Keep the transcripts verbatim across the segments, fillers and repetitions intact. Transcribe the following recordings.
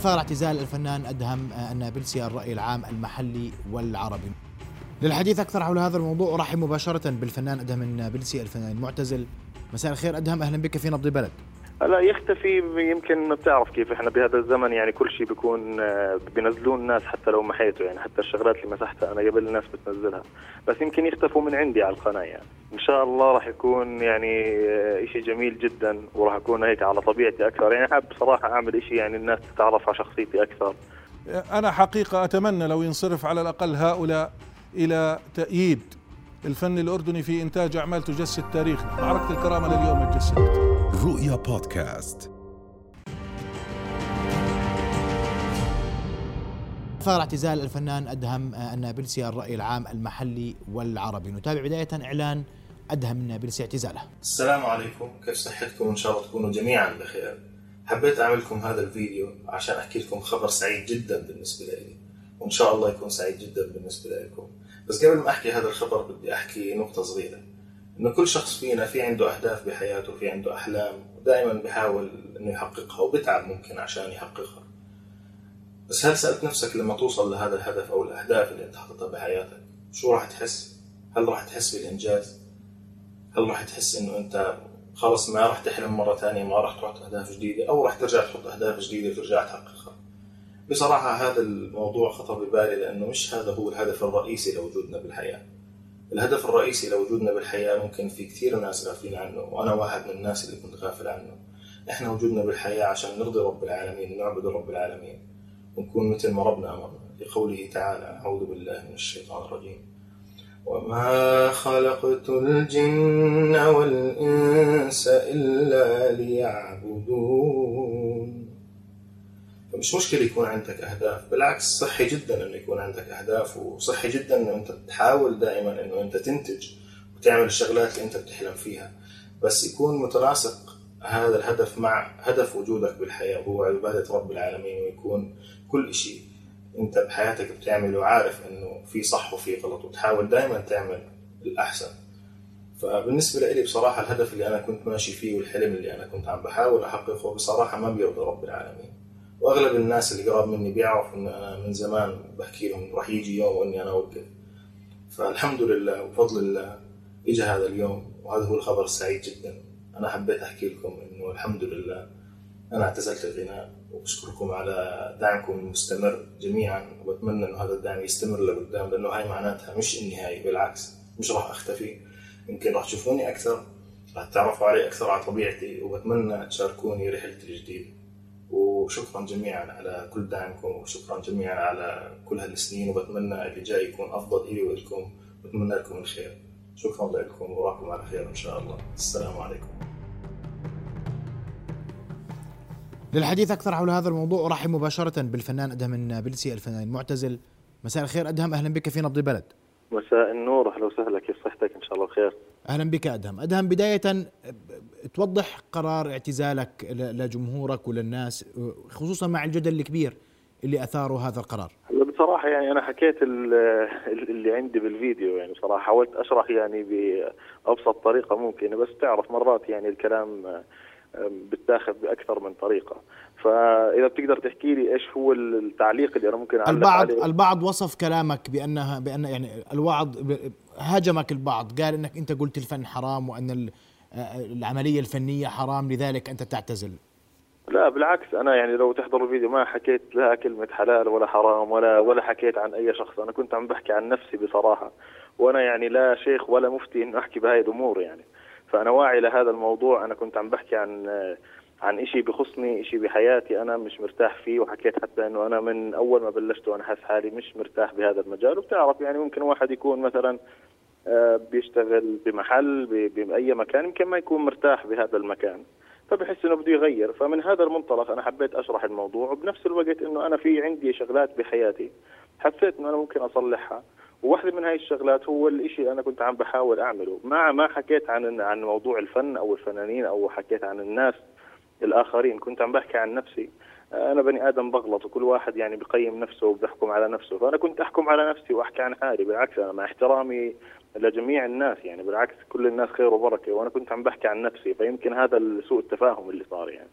أثار اعتزال الفنان أدهم النابلسي الرأي العام المحلي والعربي. للحديث أكثر حول هذا الموضوع أرحب مباشرة بالفنان أدهم النابلسي الفنان المعتزل. مساء الخير أدهم، أهلا بك في نبض بلد. لا يختفي، يمكن بتعرف كيف احنا بهذا الزمن يعني كل شيء بيكون بينزلون الناس حتى لو محيته، يعني حتى الشغلات اللي مسحتها انا قبل الناس بتنزلها، بس يمكن يختفوا من عندي على القناة. يعني ان شاء الله راح يكون يعني اشي جميل جدا، وراح اكون هيك على طبيعتي اكثر. يعني حاب بصراحة اعمل اشي يعني الناس تتعرف على شخصيتي اكثر. انا حقيقة اتمنى لو ينصرف على الاقل هؤلاء الى تأييد الفن الأردني في إنتاج أعمال تجسد تاريخنا. معركة الكرامة لليوم اتجسدت. رؤيا بودكاست. أثار اعتزال الفنان أدهم النابلسي الرأي العام المحلي والعربي. نتابع بداية إعلان أدهم النابلسي اعتزاله. السلام عليكم، كيف صحتكم؟ إن شاء الله تكونوا جميعا بخير. حبيت أعمل لكم هذا الفيديو عشان أحكي لكم خبر سعيد جدا بالنسبة لي، وإن شاء الله يكون سعيد جدا بالنسبة لكم. بس قبل ما أحكي هذا الخبر بدي أحكي نقطة صغيرة، إنه كل شخص فينا في عنده أهداف بحياته، في عنده أحلام، ودائما بيحاول إنه يحققها وبتعب ممكن عشان يحققها. بس هل سألت نفسك لما توصل لهذا الهدف أو الأهداف اللي أنت حطيتها بحياتك شو راح تحس؟ هل راح تحس بالإنجاز؟ هل راح تحس إنه أنت خلص ما راح تحلم مرة ثانية، ما راح تحط أهداف جديدة، أو راح ترجع تحط أهداف جديدة وترجع تحققها؟ بصراحة هذا الموضوع خطر ببالي، لأنه مش هذا هو الهدف الرئيسي لوجودنا بالحياة. الهدف الرئيسي لوجودنا بالحياة ممكن في كثير ناس غافلين عنه، وأنا واحد من الناس اللي كنت غافل عنه. إحنا وجودنا بالحياة عشان نرضي رب العالمين ونعبد رب العالمين ونكون مثل ما ربنا أمرنا، لقوله تعالى: أعوذ بالله من الشيطان الرجيم: وما خلقت الجن والإنس إلا ليعبدون. مش مشكلة يكون عندك أهداف، بالعكس صحي جدا إنه يكون عندك أهداف، وصحي جدا إنه أنت تحاول دائما إنه أنت تنتج وتعمل الشغلات اللي أنت بتحلم فيها، بس يكون متناسق هذا الهدف مع هدف وجودك بالحياة، وهو عبادة رب العالمين، ويكون كل شيء أنت بحياتك بتعمله عارف إنه في صح وفي غلط، وتحاول دائما تعمل الأحسن. فبالنسبة لي بصراحة الهدف اللي أنا كنت ماشي فيه والحلم اللي أنا كنت عم بحاول أحققه بصراحة ما بيرضي رب العالمين. واغلب الناس اللي قراب مني بيعرفوا ان انا من زمان بحكي لهم راح يجي يوم واني انا اوقف. فالحمد لله وبفضل الله اجى هذا اليوم، وهذا هو الخبر السعيد جدا. انا حبيت احكي لكم انه الحمد لله انا اعتزلت الغناء، وبشكركم على دعمكم المستمر جميعا، وبتمنى انه هذا الدعم يستمر لقدام، لانه هاي معناتها مش النهاية، بالعكس مش راح اختفي. يمكن راح تشوفوني اكثر، راح تعرفوا علي اكثر على طبيعتي، وبتمنى تشاركوني رحلتي الجديدة. وشكرا جميعا على كل دعمكم، وشكرا جميعا على كل هالسنين، وبتمنى اللي جاي يكون أفضل إلي وإلكم، وبتمنى لكم الخير. شكرا لكم وراكم على خير إن شاء الله. السلام عليكم. للحديث أكثر حول هذا الموضوع أرحب مباشرة بالفنان أدهم النابلسي الفنان المعتزل. مساء الخير أدهم، أهلا بك في نبض بلد. مساء النور، أهلا وسهلا، كيف صحتك؟ إن شاء الله بخير. أهلا بك أدهم. أدهم، بداية توضح قرار اعتزالك لجمهورك وللناس، خصوصا مع الجدل الكبير اللي أثاره هذا القرار. بصراحة يعني أنا حكيت اللي عندي بالفيديو، يعني بصراحة حاولت أشرح يعني بأبسط طريقة ممكنة، بس تعرف مرات يعني الكلام بتاخذ بأكثر من طريقة. فإذا بتقدر تحكي لي إيش هو التعليق اللي أنا ممكن أعلق البعض عليه؟ البعض وصف كلامك بأنها بأن يعني الوعظ، هاجمك البعض، قال إنك أنت قلت الفن حرام، وأن العملية الفنية حرام، لذلك أنت تعتزل. لا بالعكس، أنا يعني لو تحضر الفيديو ما حكيت لا كلمة حلال ولا حرام ولا ولا حكيت عن أي شخص. أنا كنت عم بحكي عن نفسي بصراحة، وأنا يعني لا شيخ ولا مفتي إنه أحكي بهاي الأمور يعني. فأنا واعي لهذا الموضوع. أنا كنت عم بحكي عن عن إشي بخصني، إشي بحياتي أنا مش مرتاح فيه، وحكيت حتى إنه أنا من أول ما بلشت وأنا حاسس حالي مش مرتاح بهذا المجال. وبتعرف يعني ممكن واحد يكون مثلا بيشتغل بمحل بأي مكان، يمكن ما يكون مرتاح بهذا المكان، فبحس انه بده يغير. فمن هذا المنطلق انا حبيت اشرح الموضوع، وبنفس الوقت انه انا في عندي شغلات بحياتي حسيت انه انا ممكن اصلحها، وواحدة من هاي الشغلات هو الاشي انا كنت عم بحاول اعمله. ما ما حكيت عن عن موضوع الفن او الفنانين او حكيت عن الناس الاخرين، كنت عم بحكي عن نفسي. انا بني ادم بغلط، وكل واحد يعني بقيم نفسه وبيحكم على نفسه. فانا كنت احكم على نفسي واحكي عن حالي. بالعكس انا مع احترامي لجميع الناس، يعني بالعكس كل الناس خير وبركة، وانا كنت عم بحكي عن نفسي. فيمكن هذا سوء التفاهم اللي صار يعني.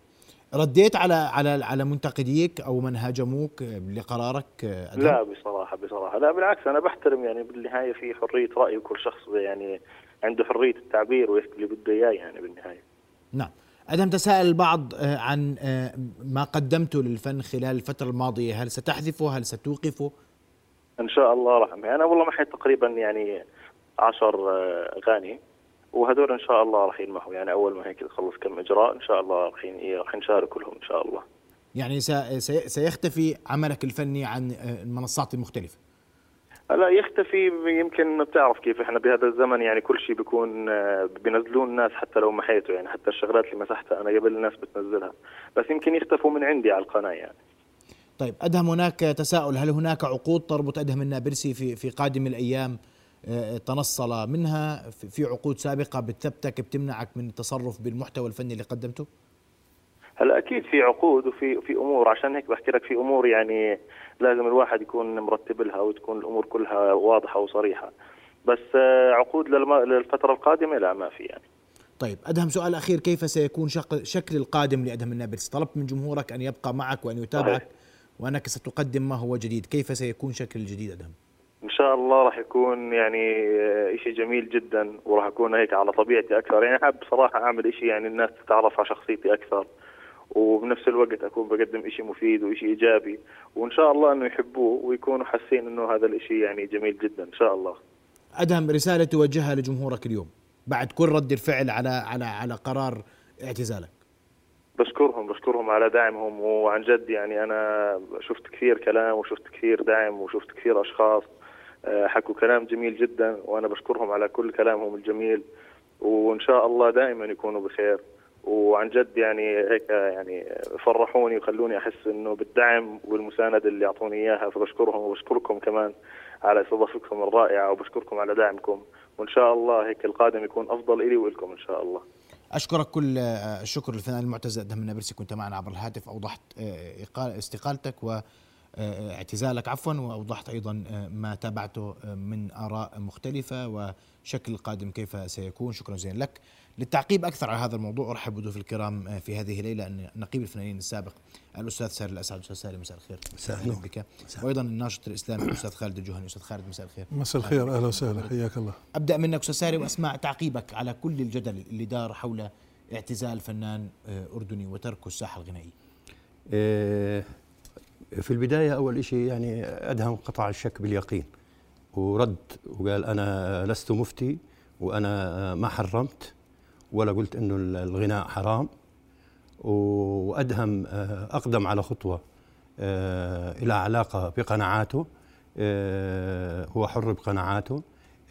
رديت على على على منتقديك او من هاجموك لقرارك أدهم؟ لا بصراحة بصراحة لا، بالعكس أنا بحترم، يعني بالنهاية في حرية رأي وكل شخص يعني عنده حرية التعبير ويحكي اللي بده إياه يعني بالنهاية. نعم. أدهم، تساءل البعض عن ما قدمته للفن خلال الفترة الماضية، هل ستحذفه؟ هل ستوقفه؟ إن شاء الله راح. أنا والله معي تقريبا يعني عشر أغاني، وهذول إن شاء الله راح ينمحوا، يعني أول ما هيك نخلص كم إجراء إن شاء الله راح راح نشارك كلهم إن شاء الله. يعني سيختفي عملك الفني عن المنصات المختلفة؟ لا يختفي، يمكن ما بتعرف كيف احنا بهذا الزمن يعني كل شيء بيكون بينزلون الناس حتى لو محيته، يعني حتى الشغلات اللي مسحتها انا قبل الناس بتنزلها، بس يمكن يختفوا من عندي على القناة يعني. طيب أدهم، هناك تساؤل، هل هناك عقود تربط أدهم النابلسي في في قادم الأيام تنصل منها؟ في عقود سابقة بتثبتك بتمنعك من التصرف بالمحتوى الفني اللي قدمته؟ هلا اكيد في عقود وفي في امور، عشان هيك بحكي لك في امور يعني لازم الواحد يكون مرتب لها وتكون الامور كلها واضحه وصريحه، بس عقود للفتره القادمه لا ما في يعني. طيب أدهم، سؤال أخير، كيف سيكون شكل القادم لأدهم النابلسي؟ طلبت من جمهورك أن يبقى معك وأن يتابعك وأنك ستقدم ما هو جديد، كيف سيكون شكل الجديد أدهم؟ ان شاء الله راح يكون يعني اشي جميل جدا، وراح اكون هيك على طبيعتي اكثر، يعني حاب صراحه اعمل اشي يعني الناس تتعرف على شخصيتي اكثر، وبنفس الوقت اكون بقدم اشي مفيد واشي ايجابي، وان شاء الله انه يحبوه ويكونوا حاسين انه هذا الاشي يعني جميل جدا ان شاء الله. أدهم، رسالة توجهها لجمهورك اليوم بعد كل رد الفعل على على على قرار اعتزالك؟ بشكرهم بشكرهم على دعمهم، وعن جد يعني انا شفت كثير كلام وشفت كثير دعم وشفت كثير اشخاص حكوا كلام جميل جدا، وانا بشكرهم على كل كلامهم الجميل، وان شاء الله دائما يكونوا بخير، وعن جد يعني هيك يعني فرحوني وخلوني احس انه بالدعم والمساندة اللي اعطوني اياها، فبشكرهم وبشكركم كمان على استضافتكم الرائعة، وبشكركم على دعمكم، وان شاء الله هيك القادم يكون افضل الي والكم ان شاء الله. أشكرك كل الشكر للفنان المعتزل أدهم النابلسي، كنت معنا عبر الهاتف، أوضحت استقالتك واعتزالك عفوا، وأوضحت أيضا ما تابعته من آراء مختلفة وشكل القادم كيف سيكون. شكرا جزيلا لك. للتعقيب أكثر على هذا الموضوع أرحب بضيوف الكرام في هذه الليلة أن نقيب الفنانين السابق الأستاذ سالم الأسعد. أستاذ سالم مساء الخير. مساء بك. وأيضا الناشط الإسلامي الأستاذ خالد الجهني. أستاذ خالد مساء الخير. مساء الخير، أهلا وسهلا، حياك الله. أبدأ منك أستاذ سالم وأسمع تعقيبك على كل الجدل اللي دار حول اعتزال فنان أردني وتركه الساحة الغنائية. في البداية أول شيء يعني أدهم قطع الشك باليقين ورد وقال أنا لست مفتي وأنا ما حرمت ولا قلت إنه الغناء حرام، وأدهم أقدم على خطوة إلى علاقة بقناعاته، هو حر بقناعاته.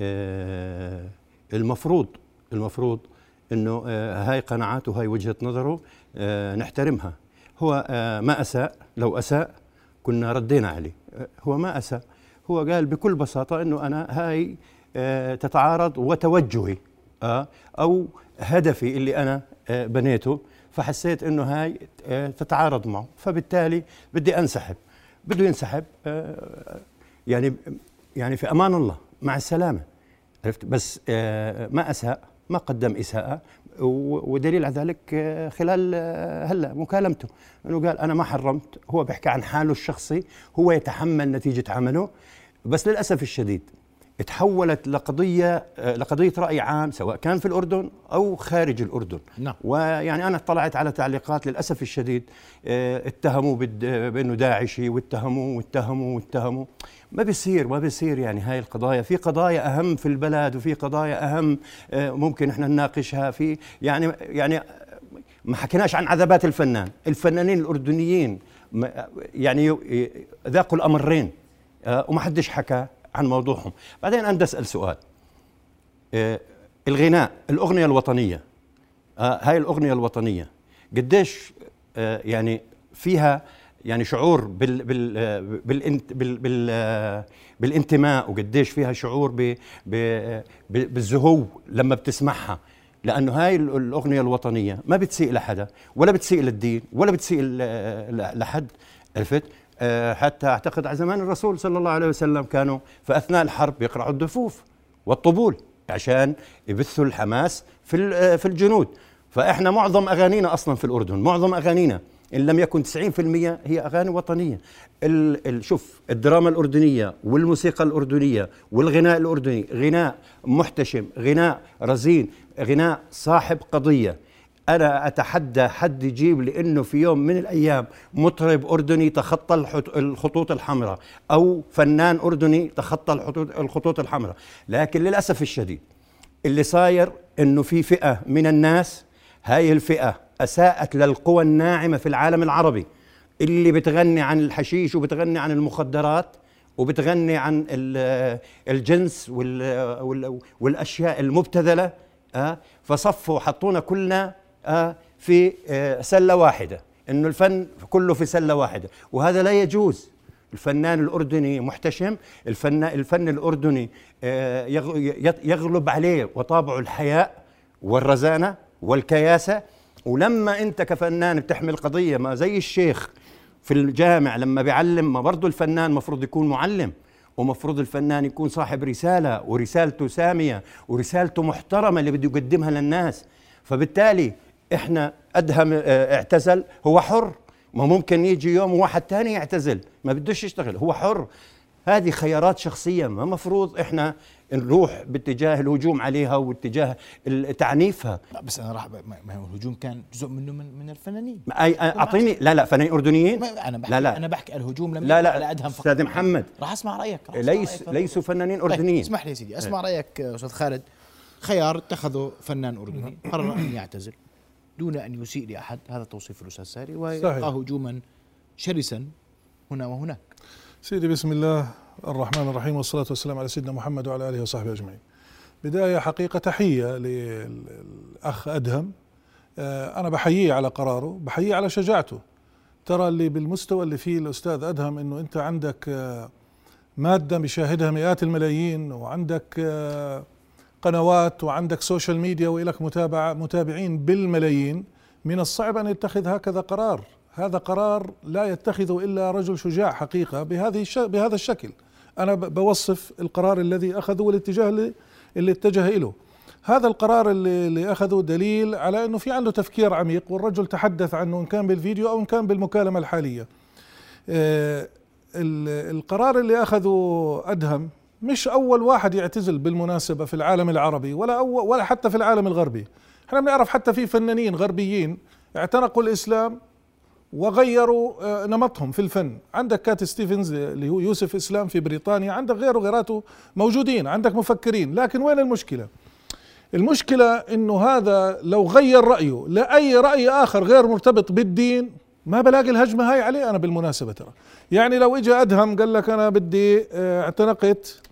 المفروض المفروض إنه هاي قناعاته هاي وجهة نظره نحترمها. هو ما أساء، لو أساء كنا ردينا عليه، هو ما أساء، هو قال بكل بساطة إنه أنا هاي تتعارض وتوجهي أو هدفي اللي أنا بنيته، فحسيت إنه هاي تتعارض معه، فبالتالي بدي أنسحب. بده ينسحب يعني يعني في أمان الله، مع السلامة، عرفت؟ بس ما أساء، ما قدم إساءة، ودليل على ذلك خلال هلا مكالمته انه قال انا ما حرمت. هو بيحكي عن حاله الشخصي، هو يتحمل نتيجة عمله، بس للأسف الشديد تحولت لقضية لقضية رأي عام سواء كان في الأردن أو خارج الأردن. نعم. ويعني أنا اطلعت على تعليقات للأسف الشديد اتهموا بأنه داعشي، واتهموا واتهموا واتهموا. ما بيصير ما بيصير يعني هاي القضايا، في قضايا أهم في البلد وفي قضايا أهم ممكن احنا نناقشها في يعني يعني ما حكيناش عن عذابات الفنان، الفنانين الأردنيين يعني ذاقوا الأمرين وما حدش حكى عن موضوعهم. بعدين أنا بدي أسأل سؤال، الغناء، الأغنية الوطنية، هاي الأغنية الوطنية قديش يعني فيها يعني شعور بال بال بالانت بال بال بالانتماء، وقديش فيها شعور ب بالزهو لما بتسمعها، لأنه هاي الأغنية الوطنية ما بتسيء لحدا ولا بتسيء للدين ولا بتسيء لحد، عرفت؟ حتى أعتقد على زمان الرسول صلى الله عليه وسلم كانوا في أثناء الحرب يقرعوا الدفوف والطبول عشان يبثوا الحماس في في الجنود. فإحنا معظم أغانينا أصلا في الأردن، معظم أغانينا إن لم يكن تسعين بالمئة هي أغاني وطنية. ال ال شوف الدراما الأردنية والموسيقى الأردنية والغناء الأردني غناء محتشم، غناء رزين، غناء صاحب قضية. أنا أتحدى حد يجيب لي إنه في يوم من الأيام مطرب أردني تخطى الخطوط الحمراء أو فنان أردني تخطى الخطوط الحمراء. لكن للأسف الشديد اللي صاير إنه في فئة من الناس، هاي الفئة أساءت للقوى الناعمة في العالم العربي، اللي بتغني عن الحشيش وبتغني عن المخدرات وبتغني عن الجنس والأشياء المبتذلة. فصفوا حطونا كلنا في سلة واحدة، إنه الفن كله في سلة واحدة، وهذا لا يجوز. الفنان الأردني محتشم، الفن الفن الأردني يغلب عليه وطابعه الحياء والرزانة والكياسة. ولما أنت كفنان بتحمل قضية، ما زي الشيخ في الجامع لما بيعلم، ما برضو الفنان مفروض يكون معلم، ومفروض الفنان يكون صاحب رسالة، ورسالته سامية ورسالته محترمة اللي بده يقدمها للناس. فبالتالي احنا أدهم اعتزل، هو حر، ما ممكن يجي يوم واحد تاني يعتزل ما بدوش يشتغل، هو حر. هذه خيارات شخصية، ما مفروض احنا نروح باتجاه الهجوم عليها واتجاه تعنيفها. لا بس انا راح، ما هو الهجوم كان جزء منه من من الفنانين. اعطيني لا لا فنانين اردنيين. انا بحكي لا لا انا بحكي الهجوم لم لا لا على ادهم فقط. استاذ محمد راح اسمع رايك. راح ليس رأيك ليسوا فنانين اردنيين. طيب اسمح لي يا سيدي اسمع رايك استاذ خالد. خيار اتخذه فنان اردني، قرر ان يعتزل دون ان يسيء لاحد، هذا توصيف الاستاذ ساري، ويلقى هجوما شرسا هنا وهناك. سيدي بسم الله الرحمن الرحيم، والصلاة والسلام على سيدنا محمد وعلى آله وصحبه أجمعين. بداية حقيقة تحية للأخ أدهم، أنا بحييه على قراره، بحييه على شجاعته. ترى اللي بالمستوى اللي فيه الأستاذ أدهم، إنه أنت عندك مادة بيشاهدها مئات الملايين، وعندك قنوات، وعندك سوشيال ميديا، وإلك متابعة متابعين بالملايين، من الصعب أن يتخذ هكذا قرار. هذا قرار لا يتخذه إلا رجل شجاع حقيقة بهذه بهذا الشكل. أنا بوصف القرار الذي أخذه والاتجاه اللي, اللي اتجه إله. هذا القرار اللي, اللي أخذه دليل على أنه في عنده تفكير عميق، والرجل تحدث عنه إن كان بالفيديو أو إن كان بالمكالمة الحالية. آه القرار اللي أخذه أدهم مش أول واحد يعتزل بالمناسبة في العالم العربي، ولا أول ولا حتى في العالم الغربي. احنا بنعرف حتى في فنانين غربيين اعتنقوا الإسلام وغيروا نمطهم في الفن. عندك كات ستيفنز اللي هو يوسف إسلام في بريطانيا، عندك غيره غيراته موجودين، عندك مفكرين. لكن وين المشكلة؟ المشكلة إنه هذا لو غير رأيه لأي رأي آخر غير مرتبط بالدين ما بلاقي الهجمة هاي عليه. أنا بالمناسبة ترى يعني لو إجا أدهم قال لك أنا بدي اعتنقت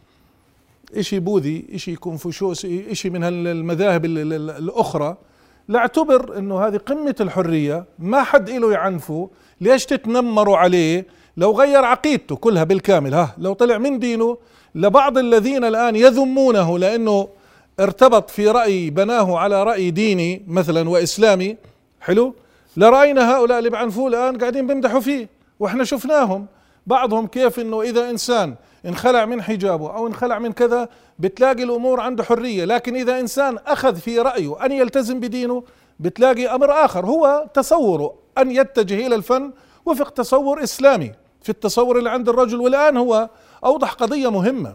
إشي بوذي، إشي كونفوشيوسي، إشي من المذاهب الأخرى، لاعتبر انه هذه قمة الحرية، ما حد إله يعنفه. ليش تتنمروا عليه؟ لو غير عقيدته كلها بالكامل، ها لو طلع من دينه. لبعض الذين الآن يذمونه لأنه ارتبط في رأي بناه على رأي ديني مثلا وإسلامي، حلو، لرأينا هؤلاء اللي بعنفوه الآن قاعدين بمدحوا فيه، واحنا شفناهم بعضهم كيف انه إذا إنسان انخلع من حجابه أو انخلع من كذا بتلاقي الأمور عنده حرية. لكن إذا إنسان أخذ في رأيه أن يلتزم بدينه بتلاقي أمر آخر، هو تصوره أن يتجه إلى الفن وفق تصور إسلامي في التصور اللي عند الرجل. والآن هو أوضح قضية مهمة.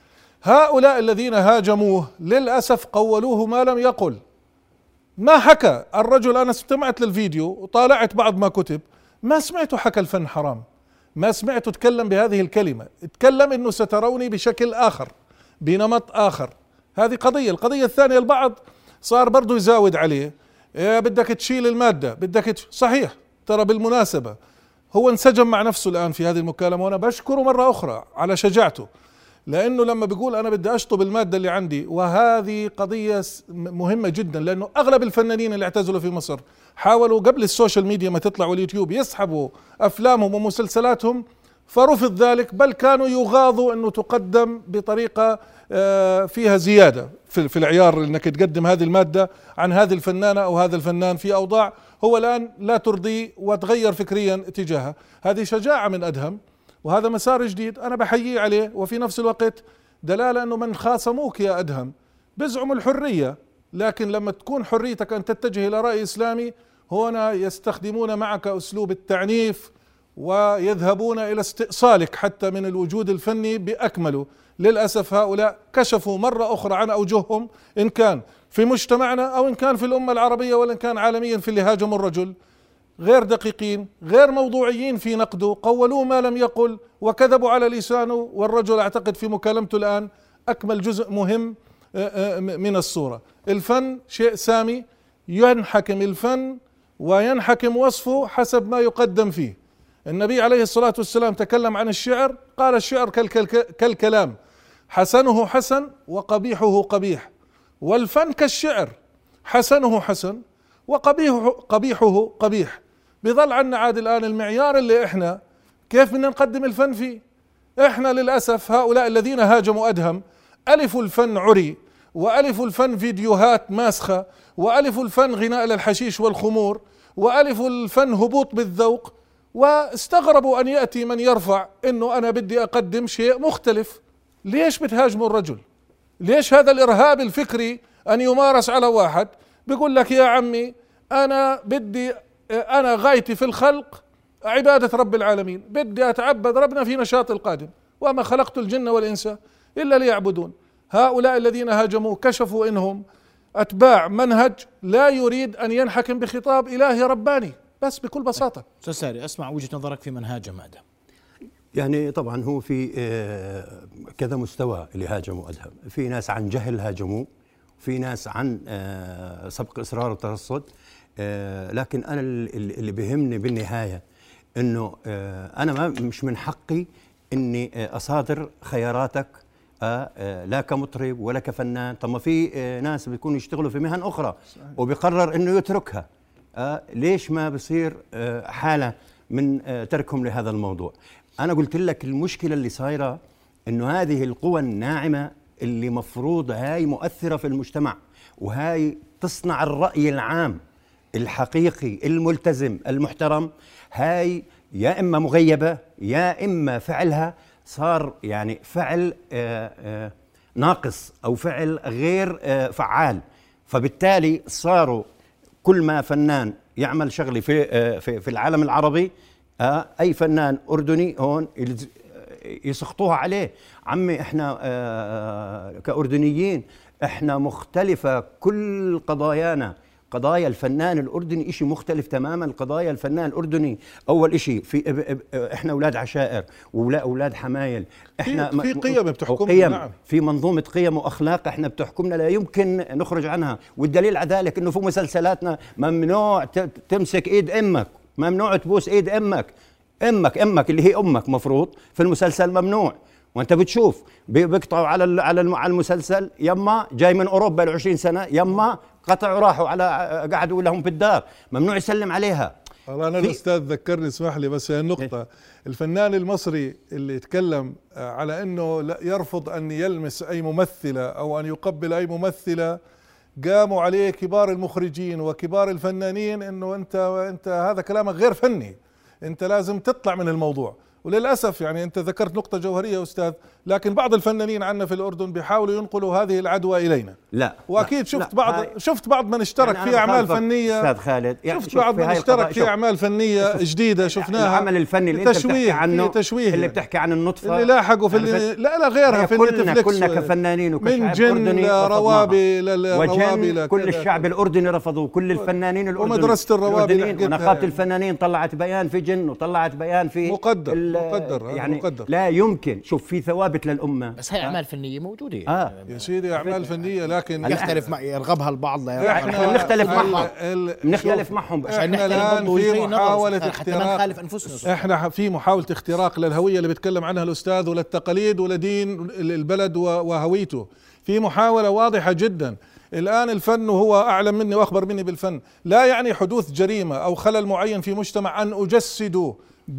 هؤلاء الذين هاجموه للأسف قولوه ما لم يقل، ما حكى الرجل. أنا استمعت للفيديو وطالعت بعض ما كتب، ما سمعته حكى الفن حرام، ما سمعته تكلم بهذه الكلمة. تكلم إنه ستروني بشكل آخر بنمط آخر. هذه قضية. القضية الثانية البعض صار برضو يزاود عليه، يا بدك تشيل المادة، بدك تش... صحيح. ترى بالمناسبة هو انسجم مع نفسه الآن في هذه المكالمة، وأنا بشكره مرة أخرى على شجاعته، لأنه لما بيقول أنا بدي أشطب المادة اللي عندي، وهذه قضية مهمة جدا، لأنه أغلب الفنانين اللي اعتزلوا في مصر حاولوا قبل السوشيال ميديا ما تطلع واليوتيوب يسحبوا أفلامهم ومسلسلاتهم، فرفض ذلك، بل كانوا يغاضوا أنه تقدم بطريقة فيها زيادة في العيار، أنك تقدم هذه المادة عن هذه الفنانة أو هذا الفنان في أوضاع هو الآن لا ترضي وتغير فكريا تجاهها. هذه شجاعة من أدهم، وهذا مسار جديد أنا بحييه عليه. وفي نفس الوقت دلالة أنه من خاصموك يا أدهم بزعموا الحرية، لكن لما تكون حريتك أن تتجه إلى رأي إسلامي، هنا يستخدمون معك أسلوب التعنيف ويذهبون إلى استئصالك حتى من الوجود الفني بأكمله. للأسف هؤلاء كشفوا مرة أخرى عن أوجههم، إن كان في مجتمعنا أو إن كان في الأمة العربية ولا إن كان عالميا، في اللي هاجموا الرجل. غير دقيقين، غير موضوعيين في نقده، قولوه ما لم يقل وكذبوا على لسانه. والرجل أعتقد في مكالمته الآن أكمل جزء مهم من الصورة. الفن شيء سامي، ينحكم الفن وينحكم وصفه حسب ما يقدم فيه. النبي عليه الصلاة والسلام تكلم عن الشعر، قال الشعر كالكلام، حسنه حسن وقبيحه قبيح، والفن كالشعر، حسنه حسن وقبيحه قبيحه قبيح. بظل عنا عاد الآن المعيار اللي إحنا كيف بدنا نقدم الفن فيه. إحنا للأسف هؤلاء الذين هاجموا أدهم ألفوا الفن عري، وألفوا الفن فيديوهات ماسخة، وألفوا الفن غناء للحشيش والخمور، وألفوا الفن هبوط بالذوق، واستغربوا أن يأتي من يرفع إنه أنا بدي أقدم شيء مختلف. ليش بتهاجموا الرجل؟ ليش هذا الإرهاب الفكري أن يمارس على واحد بيقول لك يا عمي أنا بدي، أنا غايتي في الخلق عبادة رب العالمين، بدي أتعبد ربنا في نشاط القادم، وما خلقت الجن والإنس إلا ليعبدون. هؤلاء الذين هاجموا كشفوا إنهم أتباع منهج لا يريد أن ينحكم بخطاب إلهي رباني، بس بكل بساطة. أستاذ ساري، أسمع وجهة نظرك في من هاجم أدهم. يعني طبعا هو في كذا مستوى اللي هاجموا أدهم. في ناس عن جهل هاجموه، في ناس عن سبق إصرار وترصد. لكن أنا اللي بيهمني بالنهاية إنه أنا ما مش من حقي إني أصادر خياراتك لا كمطرب ولا كفنان. طب ما في ناس بيكونوا يشتغلوا في مهن أخرى وبيقرر إنه يتركها. ليش ما بصير حالة من تركهم لهذا الموضوع؟ أنا قلت لك المشكلة اللي صايرة إنه هذه القوى الناعمة اللي مفروض هاي مؤثرة في المجتمع، وهاي تصنع الرأي العام الحقيقي الملتزم المحترم، هاي يا إما مغيبة يا إما فعلها صار يعني فعل آآ آآ ناقص أو فعل غير فعال. فبالتالي صاروا كل ما فنان يعمل شغلي في في في العالم العربي، أي فنان أردني هون يسخطوها عليه. عمي احنا كأردنيين احنا مختلفة، كل قضايانا قضايا الفنان الأردني إشي مختلف تماما. قضايا الفنان الأردني أول إشي في إحنا أولاد عشائر ولا أولاد حمايل، إحنا في قيم بتحكمنا. نعم. في منظومة قيم وأخلاق إحنا بتحكمنا لا يمكن نخرج عنها. والدليل على ذلك إنه في مسلسلاتنا ممنوع تمسك إيد أمك، ممنوع تبوس إيد أمك. أمك أمك اللي هي أمك مفروض في المسلسل ممنوع. وانت بتشوف بيقطعوا على على المسلسل، يما جاي من اوروبا له عشرين سنه، يما قطعوا راحوا على قعدوا لهم في الدار، ممنوع يسلم عليها. والله انا الاستاذ ذكرني، اسمح لي بس هي النقطه. الفنان المصري اللي يتكلم على انه لا يرفض ان يلمس اي ممثله او ان يقبل اي ممثله، قاموا عليه كبار المخرجين وكبار الفنانين انه انت انت هذا كلامك غير فني، انت لازم تطلع من الموضوع. وللأسف يعني أنت ذكرت نقطة جوهرية أستاذ، لكن بعض الفنانين عندنا في الأردن بيحاولوا ينقلوا هذه العدوى إلينا. لا وأكيد لا شفت لا بعض شفت بعض من اشترك يعني في أعمال فنية. أستاذ خالد يعني شفت بعض من اشترك في أعمال فنية جديدة شفناها. العمل الفني اللي أنت بتحكي عنه، تشويه اللي بتحكي عن النطفة اللي لاحقوا في اللي لا لا غيرها في كلنا كلنا كفنانين وكشعب من جن لروابي للروابي كل الشعب الأردني رفضوا، كل الفنانين الأردنيين ومدرسة الروابي ونقابة الفنانين طلعت بيان في جن وطلعت بيان في مقدر مقدر يعني مقدر. لا يمكن. شوف في ثوابت للأمة، بس هي أعمال فنية موجودة. آه. يا سيدي أعمال فنية، لكن يختلف مع يرغبها البعض. لا احنا بنختلف معهم بنختلف معهم عشان احنا الآن في محاولة اختراق، أنفسنا. احنا في محاولة اختراق للهوية اللي بيتكلم عنها الأستاذ وللتقاليد ولدين البلد وهويته. في محاولة واضحة جدا. الآن الفن، وهو أعلم مني وأخبر مني بالفن، لا يعني حدوث جريمة أو خلل معين في مجتمع أن أجسده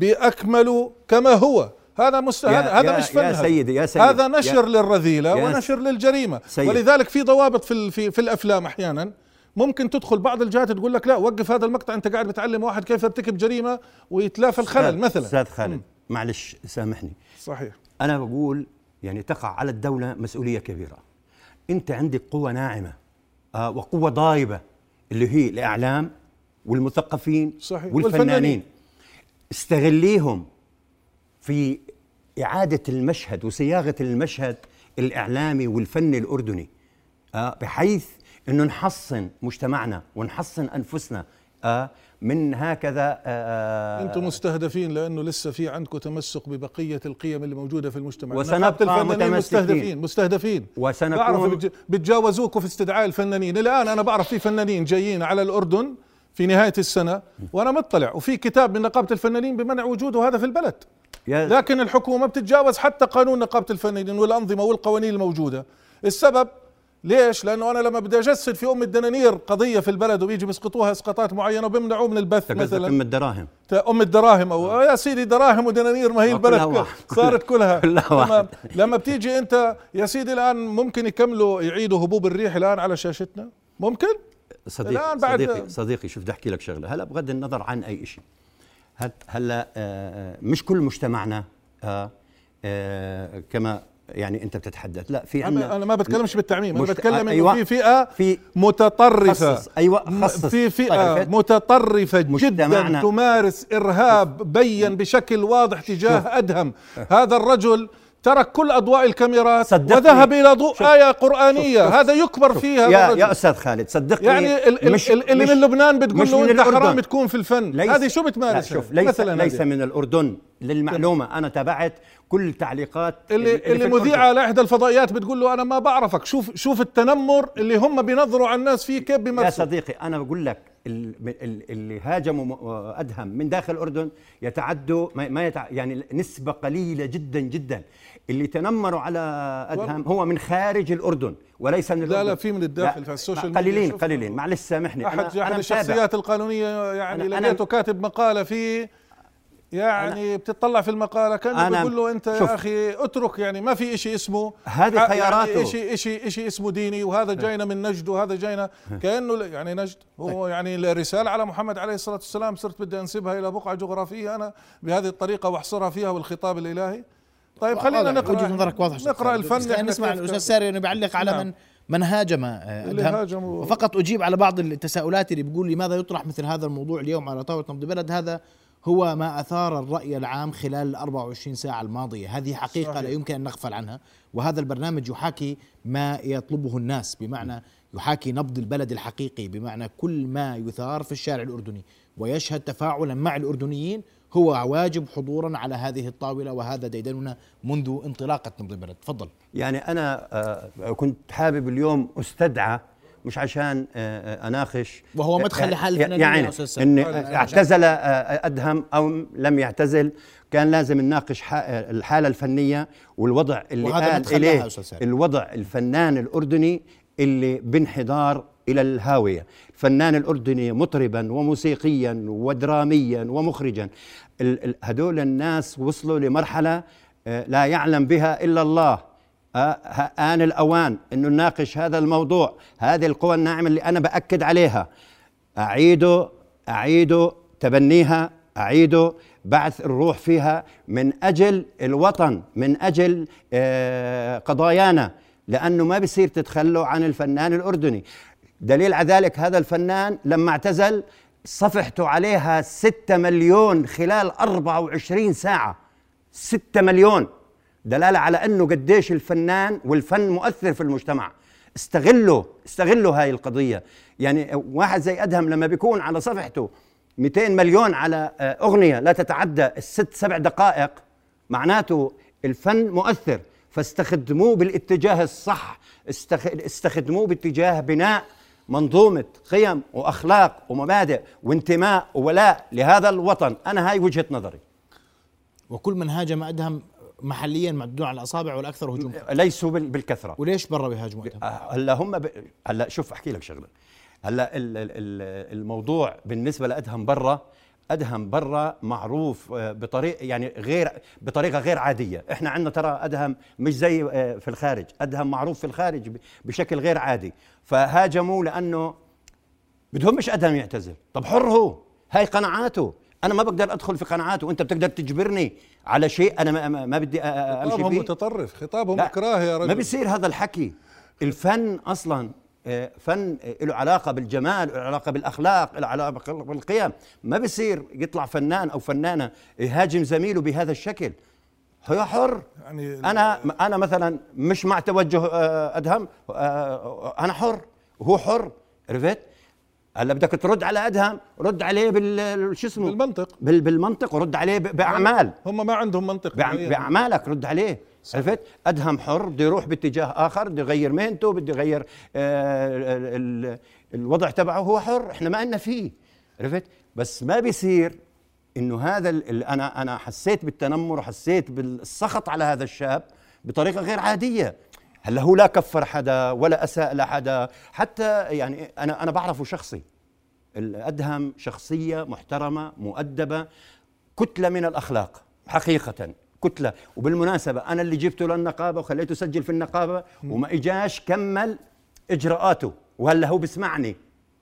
بأكمله كما هو. هذا مست... هذا مش فن، يا سيدي يا سيدي هذا نشر للرذيلة ونشر للجريمة. سيدي. ولذلك في ضوابط في في, في الأفلام أحيانا ممكن تدخل بعض الجهات تقول لك لا وقف هذا المقطع، أنت قاعد بتعلم واحد كيف يرتكب جريمة ويتلافى الخلل مثلا. أستاذ خالد معلش سامحني، صحيح، أنا بقول يعني تقع على الدولة مسؤولية كبيرة. أنت عندك قوة ناعمة آه وقوة ضاربة اللي هي الإعلام والمثقفين صحيح. والفنانين. والفنانين استغليهم في إعادة المشهد وصياغة المشهد الإعلامي والفني الأردني، آه بحيث أنه نحصن مجتمعنا ونحصن أنفسنا آه من هكذا. آه انتم مستهدفين لانه لسه في عندكم تمسك ببقيه القيم اللي موجوده في المجتمع. وسنبقى الفنانين مستهدفين مستهدفين وسنكون بعرف بتجاوزوكم في استدعاء الفنانين. الان انا بعرف في فنانين جايين على الاردن في نهايه السنه وانا مطلع، وفي كتاب من نقابه الفنانين بمنع وجوده هذا في البلد، لكن الحكومه بتتجاوز حتى قانون نقابه الفنانين والانظمه والقوانين الموجوده. السبب ليش؟ لانه انا لما بدي اجسد في ام الدنانير قضيه في البلد وبيجي بيسقطوها اسقاطات معينه وبيمنعوه من البث مثلا. ام الدراهم ام الدراهم او يا سيدي دراهم ودنانير، ما هي البلد صارت كلها, كلها لما, لما بتيجي انت يا سيدي الان ممكن يكملوا يعيدوا هبوب الريح الان على شاشتنا ممكن. صديقي صديقي صديقي شوف بدي احكي لك شغله هلا بغض النظر عن اي شيء. هلا آه مش كل مجتمعنا آه آه كما يعني انت بتتحدث، لا في عندنا. انا ما بتكلمش بالتعميم، انا بتكلم أيوة انه في فئه في متطرفه خصص. ايوه خصص. في فئه طيب. متطرفه جدا تمارس ارهاب بين بشكل واضح تجاه أدهم. هذا الرجل ترك كل اضواء الكاميرات وذهب الى ضوء شوف. آية قرآنية شوف. هذا يكبر شوف. فيها يا, يا استاذ خالد صدقني يعني ال مش اللي مش من لبنان بتقول له انت حرام تكون في الفن، هذه شو بتمارس؟ شوف ليس مثلا ليس من الاردن للمعلومه، انا تابعت كل تعليقات اللي اللي, اللي مذيعه على احدى الفضائيات بتقول له انا ما بعرفك. شوف شوف التنمر اللي هم بينظروا على الناس فيه كيف بيمارسوا. يا صديقي انا بقول لك اللي هاجموا أدهم من داخل الأردن يتعدوا ما يتع... يعني نسبة قليلة جدا جدا. اللي تنمروا على أدهم هو من خارج الأردن وليس من الأردن. لا لا في من الداخل في السوشيال ميديا قليلين قليلين معلش سامحني. أحد أنا, أنا الشخصيات القانونية يعني لقيته كاتب مقالة فيه يعني بتطلع في المقالة كان بيقول له انت يا اخي اترك، يعني ما في اشي اسمه هذه خياراته، يعني اشي اشي اشي اسمه ديني، وهذا جاينا من نجد وهذا جاينا كأنه يعني نجد هو يعني الرسالة على محمد عليه الصلاة والسلام صرت بدي انسبها الى بقعة جغرافية انا بهذه الطريقة واحصرها فيها بالخطاب الالهي. طيب خلينا نقرأ وجهة نظرك واضح. نقرأ الفن. نسمع الاستاذ ساري انه بيعلق على نعم. من من هاجم أدهم، وفقط اجيب على بعض التساؤلات اللي بيقول لماذا يطرح مثل هذا الموضوع اليوم على طاولة نبض البلد. هذا هو ما أثار الرأي العام خلال الأربع وعشرين ساعة الماضية، هذه حقيقة صحيح. لا يمكن أن نغفل عنها، وهذا البرنامج يحاكي ما يطلبه الناس، بمعنى يحاكي نبض البلد الحقيقي، بمعنى كل ما يثار في الشارع الأردني ويشهد تفاعلا مع الأردنيين هو واجب حضورا على هذه الطاولة، وهذا ديدننا منذ انطلاقة نبض البلد. تفضل. يعني أنا كنت حابب اليوم أستدعى مش عشان اناقش وهو مدخل لحال الفنانين يعني ان اعتزل أدهم او لم يعتزل، كان لازم نناقش الحاله الفنيه والوضع اللي قال اليه الوضع الفنان الاردني اللي بانحدار الى الهاويه. الفنان الاردني مطربا وموسيقيا ودراميا ومخرجا، هدول الناس وصلوا لمرحله لا يعلم بها الا الله. آن الأوان أنه نناقش هذا الموضوع. هذه القوى الناعمة اللي أنا بأكد عليها أعيد أعيد تبنيها، أعيد بعث الروح فيها من أجل الوطن، من أجل قضايانا، لأنه ما بيصير تتخلوا عن الفنان الأردني. دليل على ذلك هذا الفنان لما اعتزل صفحته عليها ستة مليون خلال أربعة وعشرين ساعة. ستة مليون دلالة على أنه قديش الفنان والفن مؤثر في المجتمع. استغلوا استغلوا هاي القضية. يعني واحد زي أدهم لما بيكون على صفحته مئتين مليون على أغنية لا تتعدى الست سبع دقائق، معناته الفن مؤثر، فاستخدموه بالاتجاه الصح، استخدموه باتجاه بناء منظومة قيم وأخلاق ومبادئ وانتماء وولاء لهذا الوطن. أنا هاي وجهة نظري. وكل من هاجم أدهم محليا معدودون على الاصابع والاكثر هجوم، ليسوا بالكثره. وليش برا بيهاجموا؟ هلا هم ب... هلا شوف احكي لك شغله. هلا الموضوع بالنسبه لادهم برا، ادهم برا معروف بطريقه يعني غير بطريقه غير عاديه. احنا عندنا ترى ادهم مش زي في الخارج، ادهم معروف في الخارج بشكل غير عادي، فهاجموا لانه بدهم مش ادهم يعتزل. طب حر هو، هاي قناعاته، انا ما بقدر ادخل في قناعاته، وانت بتقدر تجبرني على شيء انا ما, ما بدي امشي فيه. خطابهم متطرف، خطابهم اكراه يا رجل. ما بيصير هذا الحكي. الفن اصلا فن له علاقة بالجمال، له علاقة بالأخلاق، له علاقة بالقيم. ما بصير يطلع فنان أو فنانة يهاجم زميله بهذا الشكل. هو حر. يعني أنا أنا مثلا مش مع توجه أدهم، أنا حر وهو حر، عرفت؟ هلا بدك ترد على أدهم، رد عليه بال شو اسمه؟ بالمنطق. بالمنطق، ورد عليه بأعمال. هم ما عندهم منطق. بأعمالك رد عليه. عرفت؟ أدهم حر، بده يروح باتجاه آخر، بده يغير مهنته، بده يغير آه الوضع تبعه، هو حر، احنا ما لنا فيه. عرفت؟ بس ما بيصير انه هذا اللي انا انا حسيت بالتنمر وحسيت بالسخط على هذا الشاب بطريقه غير عاديه. هلا هو لا كفر حدا ولا اساء لحدا، حتى يعني انا انا بعرفه شخصي. الأدهم شخصيه محترمه مؤدبه، كتله من الاخلاق حقيقه، كتله. وبالمناسبه انا اللي جبته للنقابه وخليته يسجل في النقابه وما اجاش كمل اجراءاته، وهلا هو بسمعني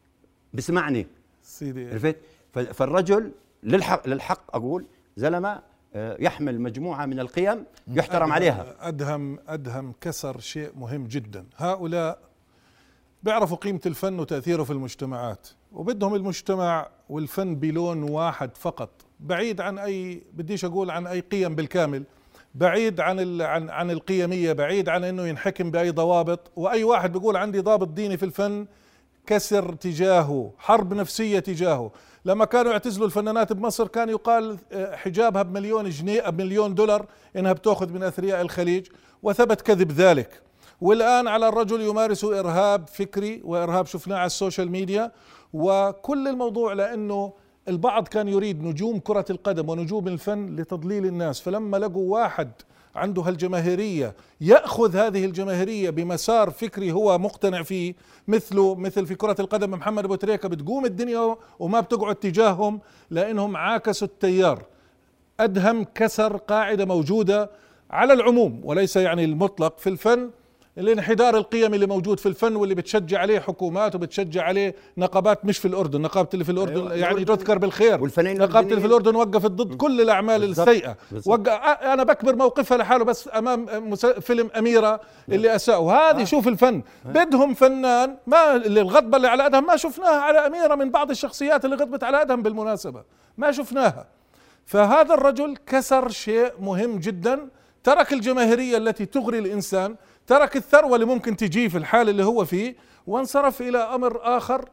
بسمعني سيدي. عرفت؟ فالرجل للحق للحق اقول زلمه يحمل مجموعه من القيم يحترم أدهم عليها. ادهم ادهم كسر شيء مهم جدا. هؤلاء بيعرفوا قيمه الفن وتاثيره في المجتمعات، وبدهم المجتمع والفن بلون واحد فقط، بعيد عن اي، بديش اقول عن اي قيم بالكامل، بعيد عن عن عن القيميه، بعيد عن انه ينحكم باي ضوابط. واي واحد بيقول عندي ضابط ديني في الفن كسر تجاهه، حرب نفسيه تجاهه. لما كانوا يعتزلوا الفنانات بمصر كان يقال حجابها بمليون جنيه بمليون دولار انها بتاخذ من اثرياء الخليج، وثبت كذب ذلك. والان على الرجل يمارس ارهاب فكري وارهاب شفناه على السوشيال ميديا. وكل الموضوع لانه البعض كان يريد نجوم كرة القدم ونجوم الفن لتضليل الناس، فلما لقوا واحد عنده هالجماهيرية يأخذ هذه الجماهيرية بمسار فكري هو مقتنع فيه، مثله مثل في كرة القدم محمد أبو تريكة، بتقوم الدنيا وما بتقعد تجاههم لأنهم عاكسوا التيار. أدهم كسر قاعدة موجودة على العموم وليس يعني المطلق في الفن، الانحدار القيمي اللي موجود في الفن واللي بتشجع عليه حكومات وبتشجع عليه نقابات، مش في الأردن، نقابة اللي في الأردن أيوة يعني تذكر بالخير، نقابة اللي في الأردن وقفت ضد كل الأعمال بالزبط. السيئة بالزبط. أنا بكبر موقفها لحاله بس أمام فيلم أميرة اللي أساءوا هذه. آه. شوف الفن آه. بدهم فنان، ما اللي الغضبة اللي على أدهم ما شفناها على أميرة من بعض الشخصيات اللي غضبت على أدهم بالمناسبة ما شفناها. فهذا الرجل كسر شيء مهم جدا، ترك الجماهيرية التي تغري الإنسان، ترك الثروة اللي ممكن تجي في الحال اللي هو فيه، وانصرف إلى أمر آخر.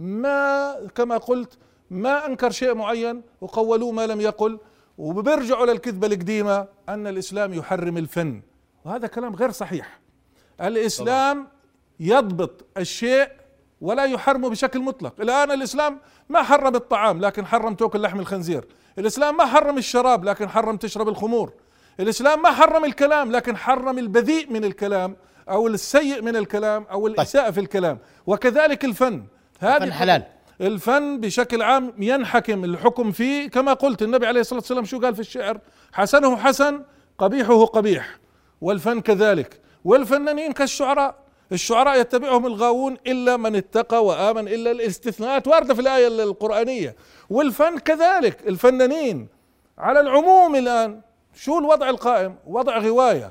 ما كما قلت ما أنكر شيء معين وقولوه ما لم يقل، وبرجعوا للكذبة القديمة أن الإسلام يحرم الفن، وهذا كلام غير صحيح. الإسلام يضبط الشيء ولا يحرمه بشكل مطلق. الآن الإسلام ما حرم الطعام لكن حرم تأكل لحم الخنزير، الإسلام ما حرم الشراب لكن حرم تشرب الخمور، الإسلام ما حرم الكلام لكن حرم البذيء من الكلام أو السيء من الكلام أو الإساءة في الكلام. وكذلك الفن، هذا حلال. الفن بشكل عام ينحكم الحكم فيه كما قلت. النبي عليه الصلاة والسلام شو قال في الشعر؟ حسنه حسن قبيحه قبيح. والفن كذلك، والفنانين كالشعراء، الشعراء يتبعهم الغاوون إلا من اتقى وآمن، إلا الاستثناءات واردة في الآية القرآنية. والفن كذلك، الفنانين على العموم الآن شو الوضع القائم؟ وضع غواية.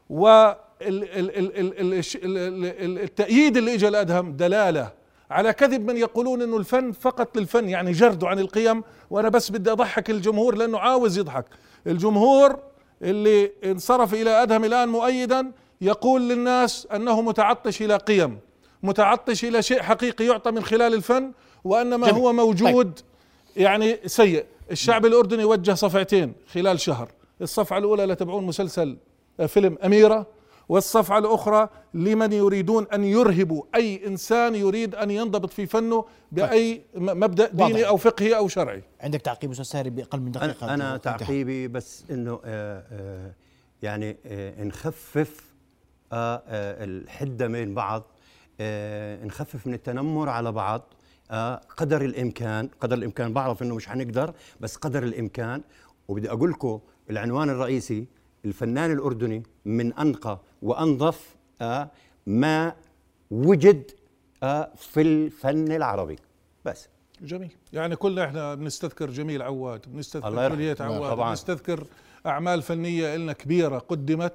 والتأييد اللي اجى لأدهم دلالة على كذب من يقولون انه الفن فقط للفن، يعني جردوا عن القيم. وانا بس بدي اضحك الجمهور لانه عاوز يضحك. الجمهور اللي انصرف الى أدهم الان مؤيدا يقول للناس انه متعطش الى قيم، متعطش الى شيء حقيقي يعطى من خلال الفن، وان ما هو موجود يعني سيء. الشعب الأردني وجه صفعتين خلال شهر، الصفعة الأولى لتبعون مسلسل فيلم أميرة، والصفعة الأخرى لمن يريدون أن يرهبوا أي إنسان يريد أن ينضبط في فنه بأي مبدأ ديني أو فقهي أو شرعي. عندك تعقيب أستاذ ساري بأقل من دقيقة؟ أنا, أنا تعقيبي بس إنه آآ آآ يعني آآ نخفف آآ الحدة من بعض، نخفف من التنمر على بعض قدر الإمكان. قدر الإمكان بعرف إنه مش حنقدر، بس قدر الإمكان. وبدي أقول لكم العنوان الرئيسي: الفنان الأردني من أنقى وأنظف ما وجد في الفن العربي. بس جميل. يعني كلنا احنا بنستذكر جميل عواد، بنستذكر جولييت عواد، بنستذكر أعمال فنية لنا كبيرة قدمت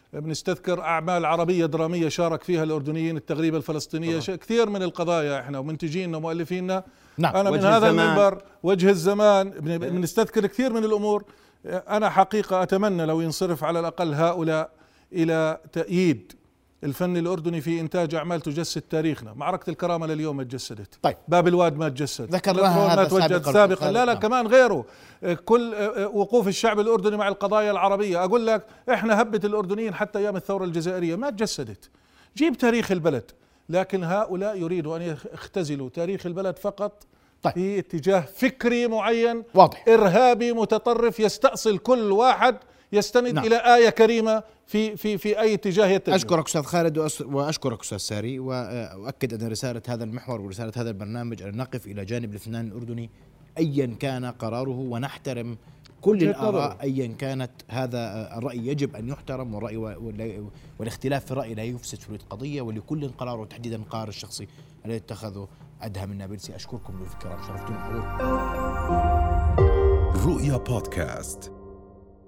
بنستذكر أعمال عربية درامية شارك فيها الأردنيين، التغريبة الفلسطينية، كثير من القضايا إحنا ومنتجيننا ومؤلفيننا. نعم. أنا من هذا المنبر وجه الزمان بنستذكر كثير من الأمور. أنا حقيقة أتمنى لو ينصرف على الأقل هؤلاء إلى تأييد الفن الأردني في إنتاج أعمال تجسد تاريخنا. معركة الكرامة لليوم ما تجسدت. طيب. باب الواد ما تجسد. ذكرناها هذا سابقا. سابقا. لا لا كمان غيره. كل وقوف الشعب الأردني مع القضايا العربية. أقول لك إحنا هبة الأردنيين حتى أيام الثورة الجزائرية ما تجسدت. جيب تاريخ البلد. لكن هؤلاء يريدوا أن يختزلوا تاريخ البلد فقط. طيب. في اتجاه فكري معين. واضح. إرهابي متطرف يستأصل كل واحد، يستند نعم. إلى آية كريمة في في في أي اتجاه يتجه. أشكرك أستاذ خالد وأشكرك أستاذ ساري، وأؤكد أن رسالة هذا المحور ورسالة هذا البرنامج أن نقف إلى جانب الفنان الأردني أيا كان قراره، ونحترم كل الآراء أيا كانت. هذا الرأي يجب أن يحترم، والرأي والاختلاف في الرأي لا يفسد في القضية، ولكل قرار وتحديدا قرار الشخصي الذي اتخذه أدهم النابلسي. أشكركم بالفكرة، شرفتوني. رؤيا بودكاست.